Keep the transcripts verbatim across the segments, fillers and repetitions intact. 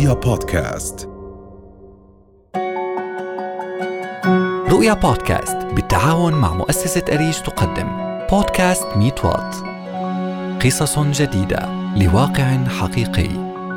رؤيا بودكاست. رؤيا بودكاست بالتعاون مع مؤسسة أريج تقدم بودكاست ميت وات، قصص جديدة لواقع حقيقي.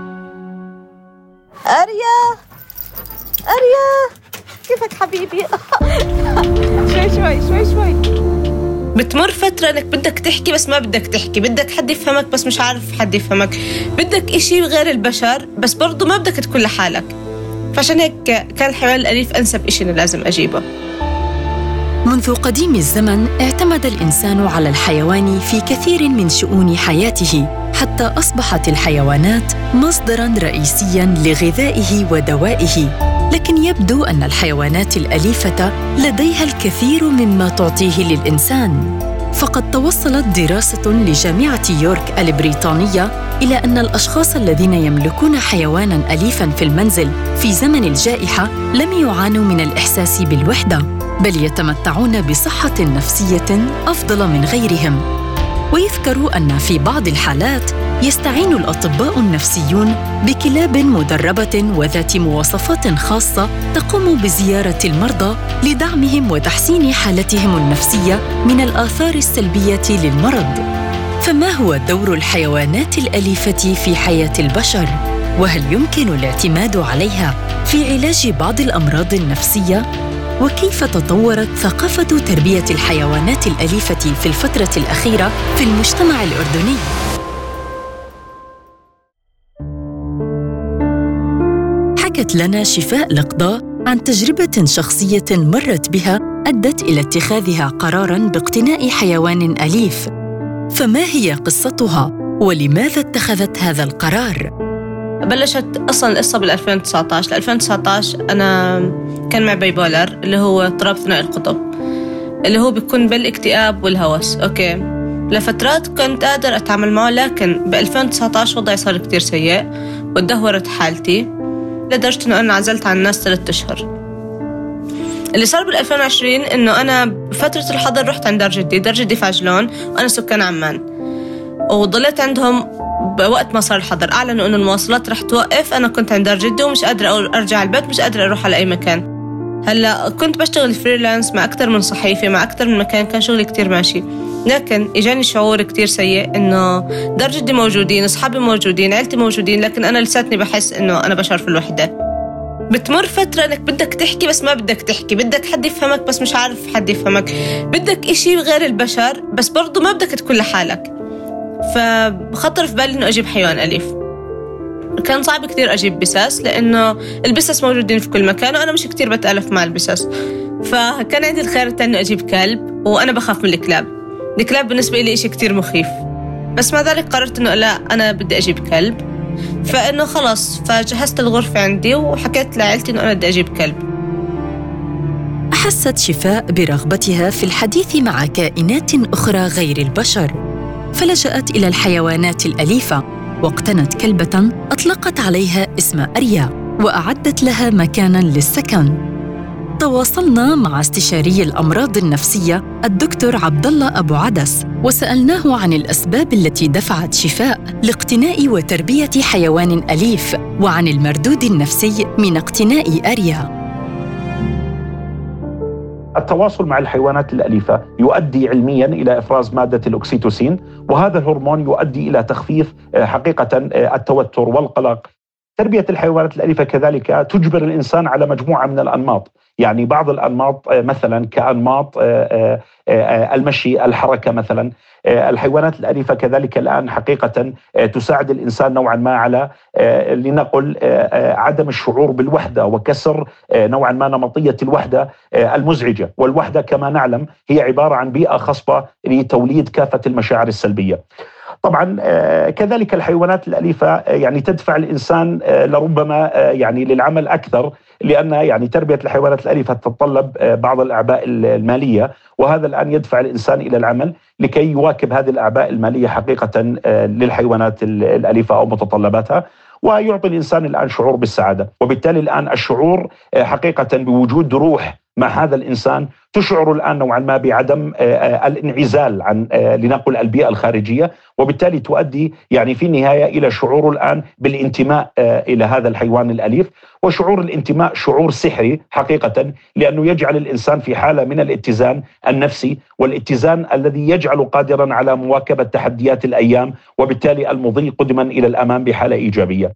أريا أريا كيفك حبيبي؟ شوي شوي شوي شوي. بتمر فترة انك بدك تحكي بس ما بدك تحكي، بدك حد يفهمك بس مش عارف حد يفهمك، بدك اشي غير البشر بس برضو ما بدك تكون لحالك. فعشان هيك كان الحيوان الأليف أنسب اشي أنا لازم أجيبه. منذ قديم الزمن اعتمد الإنسان على الحيوان في كثير من شؤون حياته، حتى أصبحت الحيوانات مصدراً رئيسياً لغذائه ودوائه. لكن يبدو أن الحيوانات الأليفة لديها الكثير مما تعطيه للإنسان. فقد توصلت دراسة لجامعة يورك البريطانية إلى أن الأشخاص الذين يملكون حيواناً أليفاً في المنزل في زمن الجائحة لم يعانوا من الإحساس بالوحدة، بل يتمتعون بصحة نفسية أفضل من غيرهم. ويذكر أن في بعض الحالات يستعين الأطباء النفسيون بكلاب مدربة وذات مواصفات خاصة تقوم بزيارة المرضى لدعمهم وتحسين حالتهم النفسية من الآثار السلبية للمرض. فما هو دور الحيوانات الأليفة في حياة البشر؟ وهل يمكن الاعتماد عليها في علاج بعض الأمراض النفسية؟ وكيف تطورت ثقافة تربية الحيوانات الأليفة في الفترة الأخيرة في المجتمع الأردني؟ حكت لنا شفاء لقضاء عن تجربة شخصية مرت بها أدت إلى اتخاذها قراراً باقتناء حيوان أليف. فما هي قصتها ولماذا اتخذت هذا القرار؟ بلشت أصلاً القصة بالألفين وتسعة عشر. ألفين وتسعة عشر أنا كان معي بايبولر اللي هو اضطراب ثنائي القطب، اللي هو بيكون بالاكتئاب والهوس. أوكي، لفترات كنت قادر أتعامل معه، لكن بألفين وتسعة عشر وضعي صار كتير سيء وتدهورت حالتي لدرجة أنه أنا عزلت عن الناس ثلاثة أشهر. اللي صار بالألفين وعشرين إنه أنا بفترة الحظر رحت عند دار جدي. دار جدي في عجلون وأنا سكان عمان، وضليت عندهم بوقت ما صار الحظر. أعلنوا إنه المواصلات رح توقف. أنا كنت عند دار جدي ومش قادرة أرجع البيت، مش قادرة أروح على أي مكان. هلا كنت بشتغل فريلانس مع أكتر من صحيفة، مع أكتر من مكان، كان شغلي كتير ماشي. لكن إجاني شعور كتير سيء إنه دار جدي موجودين، أصحابي موجودين، عيلتي موجودين، لكن أنا لساتني بحس إنه أنا بشعر في الوحدة. بتمر فترة إنك بدك تحكي بس ما بدك تحكي، بدك حد يفهمك بس مش عارف حد يفهمك، بدك إشي غير البشر بس برضو ما بدك تكون لحالك. فخطر في بالي إنه أجيب حيوان أليف. كان صعب كتير أجيب بساس لأنه البساس موجودين في كل مكان وأنا مش كتير بتألف مع البساس. فكان عندي الخيار التاني أجيب كلب، وأنا بخاف من الكلاب. الكلاب بالنسبة لي إشي كتير مخيف، بس مع ذلك قررت إنه لا، أنا بدي أجيب كلب. فإنه خلاص، فجهزت الغرفة عندي وحكيت لعائلتي إنه أنا بدي أجيب كلب. أحست شفاء برغبتها في الحديث مع كائنات أخرى غير البشر، فلجأت إلى الحيوانات الأليفة واقتنت كلبة أطلقت عليها اسم أريا وأعدت لها مكاناً للسكن. تواصلنا مع استشاري الأمراض النفسية الدكتور عبد الله أبو عدس وسألناه عن الأسباب التي دفعت شفاء لاقتناء وتربية حيوان أليف وعن المردود النفسي من اقتناء أريا. التواصل مع الحيوانات الأليفة يؤدي علمياً إلى إفراز مادة الأكسيتوسين، وهذا الهرمون يؤدي إلى تخفيف حقيقة التوتر والقلق. تربية الحيوانات الأليفة كذلك تجبر الإنسان على مجموعة من الأنماط، يعني بعض الأنماط مثلاً كأنماط المشي، الحركة مثلاً. الحيوانات الأليفة كذلك الآن حقيقة تساعد الإنسان نوعاً ما على لنقل عدم الشعور بالوحدة وكسر نوعاً ما نمطية الوحدة المزعجة. والوحدة كما نعلم هي عبارة عن بيئة خصبة لتوليد كافة المشاعر السلبية. طبعا كذلك الحيوانات الأليفة يعني تدفع الإنسان لربما يعني للعمل أكثر، لأن يعني تربية الحيوانات الأليفة تتطلب بعض الأعباء المالية، وهذا الآن يدفع الإنسان إلى العمل لكي يواكب هذه الأعباء المالية حقيقة للحيوانات الأليفة أو متطلباتها، ويعطي الإنسان الآن شعور بالسعادة. وبالتالي الآن الشعور حقيقة بوجود روح مع هذا الإنسان، تشعر الآن نوعا ما بعدم الانعزال عن لنقل البيئة الخارجية، وبالتالي تؤدي يعني في النهاية إلى شعور الآن بالانتماء إلى هذا الحيوان الأليف. وشعور الانتماء شعور سحري حقيقة، لأنه يجعل الإنسان في حالة من الاتزان النفسي، والاتزان الذي يجعل قادرا على مواكبة تحديات الأيام، وبالتالي المضي قدما إلى الأمام بحالة إيجابية.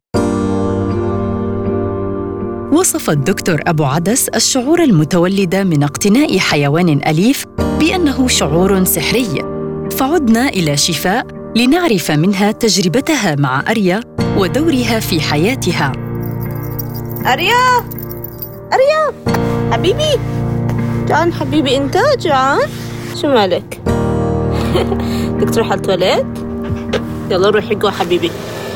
وصف الدكتور أبو عدس الشعور المتولد من اقتناء حيوان أليف بأنه شعور سحري. فعدنا إلى شفاء لنعرف منها تجربتها مع أريا ودورها في حياتها. أريا أريا حبيبي، جعان حبيبي، أنت جعان؟ شو مالك؟ بدك تروح على التواليت؟ يلا روحي جوا حبيبي.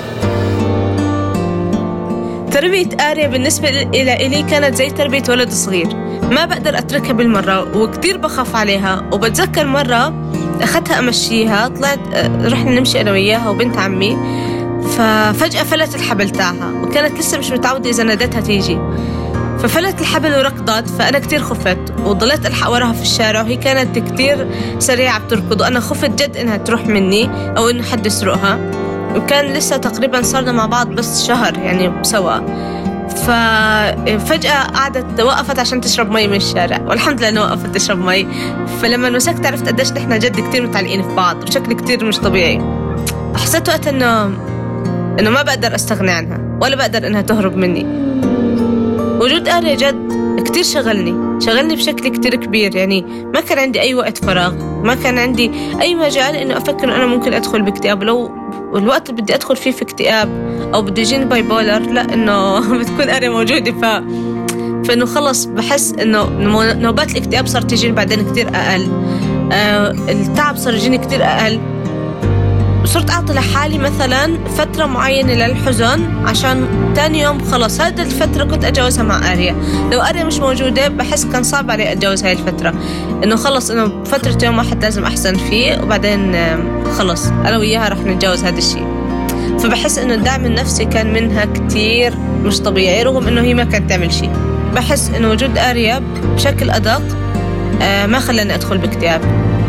تربية آريا بالنسبة إلى إلي كانت زي تربية ولد صغير، ما بقدر أتركها بالمرة وكتير بخاف عليها. وبتذكر مرة أخذتها أمشيها، طلعت رحنا نمشي أنا وياها وبنت عمي، ففجأة فلت الحبل تاعها، وكانت لسه مش متعودة إذا نادتها تيجي، ففلت الحبل وركضت. فأنا كتير خفت وضلت ألحق وراها في الشارع، وهي كانت كتير سريعة بتركض، وأنا خفت جد إنها تروح مني أو إنه حد يسرقها. وكان لسه تقريبا صارنا مع بعض بس شهر يعني سوا. ففجأة قعدت وقفت عشان تشرب مي من الشارع، والحمد لله إنه وقفت تشرب مي. فلما مسكت عرفت قديش نحن جد كتير متعلقين في بعض بشكل كتير مش طبيعي. حسيت وقت إنه إنه ما بقدر أستغني عنها ولا بقدر إنها تهرب مني. وجود آريا جد كتير شغلني شغلني بشكل كتير كبير، يعني ما كان عندي أي وقت فراغ، ما كان عندي أي مجال إنه أفكر إنه أنا ممكن أدخل باكتئاب. لو الوقت اللي بدي أدخل فيه في اكتئاب أو بدي يجيني باي بولر، لا إنه بتكون آريا موجودة. ف فإنه خلص بحس إنه نوبات الاكتئاب صارت تجيني بعدين كتير أقل، آه التعب صار يجيني كتير أقل. صرت أعطي لحالي مثلا فترة معينة للحزن عشان تاني يوم خلص هذا الفترة كنت أتجاوزها مع آريا. لو آريا مش موجودة بحس كان صعب علي أتجاوز هاي الفترة، إنه خلص إنه فترة يوم واحد لازم أحزن فيه، وبعدين خلص أنا وياها رح نتجاوز هذا الشيء. فبحس إنه الدعم النفسي كان منها كتير مش طبيعي، رغم إنه هي ما كانت تعمل شيء. بحس إنه وجود آريا بشكل أدق ما خلاني أدخل باكتئاب.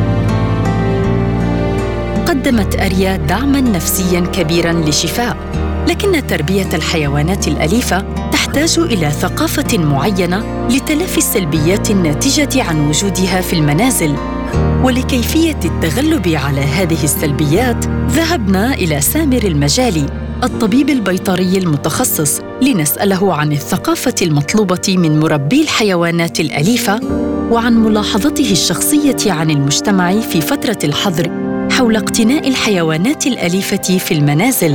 قدمت أريا دعماً نفسياً كبيراً لشفاء، لكن تربية الحيوانات الأليفة تحتاج إلى ثقافة معينة لتلافي السلبيات الناتجة عن وجودها في المنازل. ولكيفية التغلب على هذه السلبيات ذهبنا إلى سامر المجالي، الطبيب البيطري المتخصص، لنسأله عن الثقافة المطلوبة من مربي الحيوانات الأليفة، وعن ملاحظته الشخصية عن المجتمع في فترة الحظر حول اقتناء الحيوانات الأليفة في المنازل.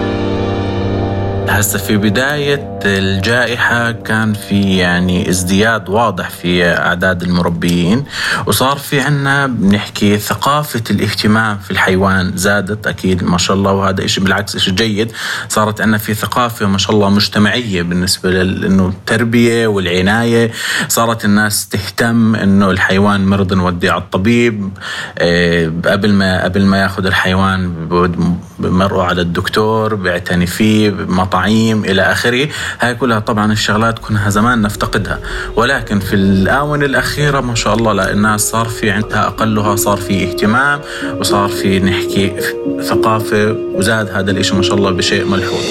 هسه في بداية الجائحة كان في يعني ازدياد واضح في أعداد المربيين، وصار في عنا بنحكي ثقافة الاهتمام في الحيوان زادت أكيد ما شاء الله، وهذا إشي بالعكس إشي جيد. صارت عنا في ثقافة ما شاء الله مجتمعية بالنسبة لأنه التربية والعناية. صارت الناس تهتم إنه الحيوان مرض نوديه على الطبيب، قبل ما قبل ما ياخذ الحيوان بمروا على الدكتور بيعتني فيه بمطاعيم إلى آخره. هاي كلها طبعا الشغلات كنا زمان نفتقدها، ولكن في الآونة الأخيرة ما شاء الله لا الناس صار في عندها أقلها صار في اهتمام، وصار في نحكي ثقافة، وزاد هذا الإشي ما شاء الله بشيء ملحوظ.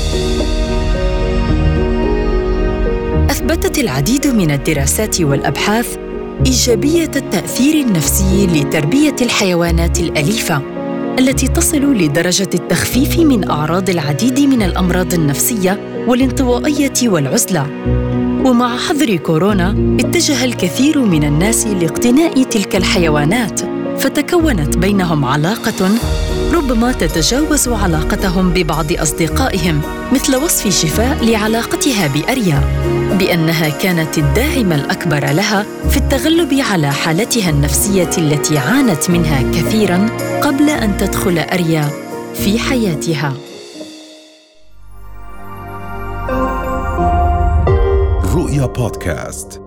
أثبتت العديد من الدراسات والأبحاث إيجابية التأثير النفسي لتربية الحيوانات الأليفة، التي تصل لدرجة التخفيف من أعراض العديد من الأمراض النفسية والانطوائية والعزلة. ومع حظر كورونا اتجه الكثير من الناس لاقتناء تلك الحيوانات، فتكونت بينهم علاقة ربما تتجاوز علاقتهم ببعض أصدقائهم، مثل وصف شفاء لعلاقتها بأريا بأنها كانت الداعم الأكبر لها في التغلب على حالتها النفسية التي عانت منها كثيراً قبل أن تدخل أريا في حياتها. رؤيا بودكاست.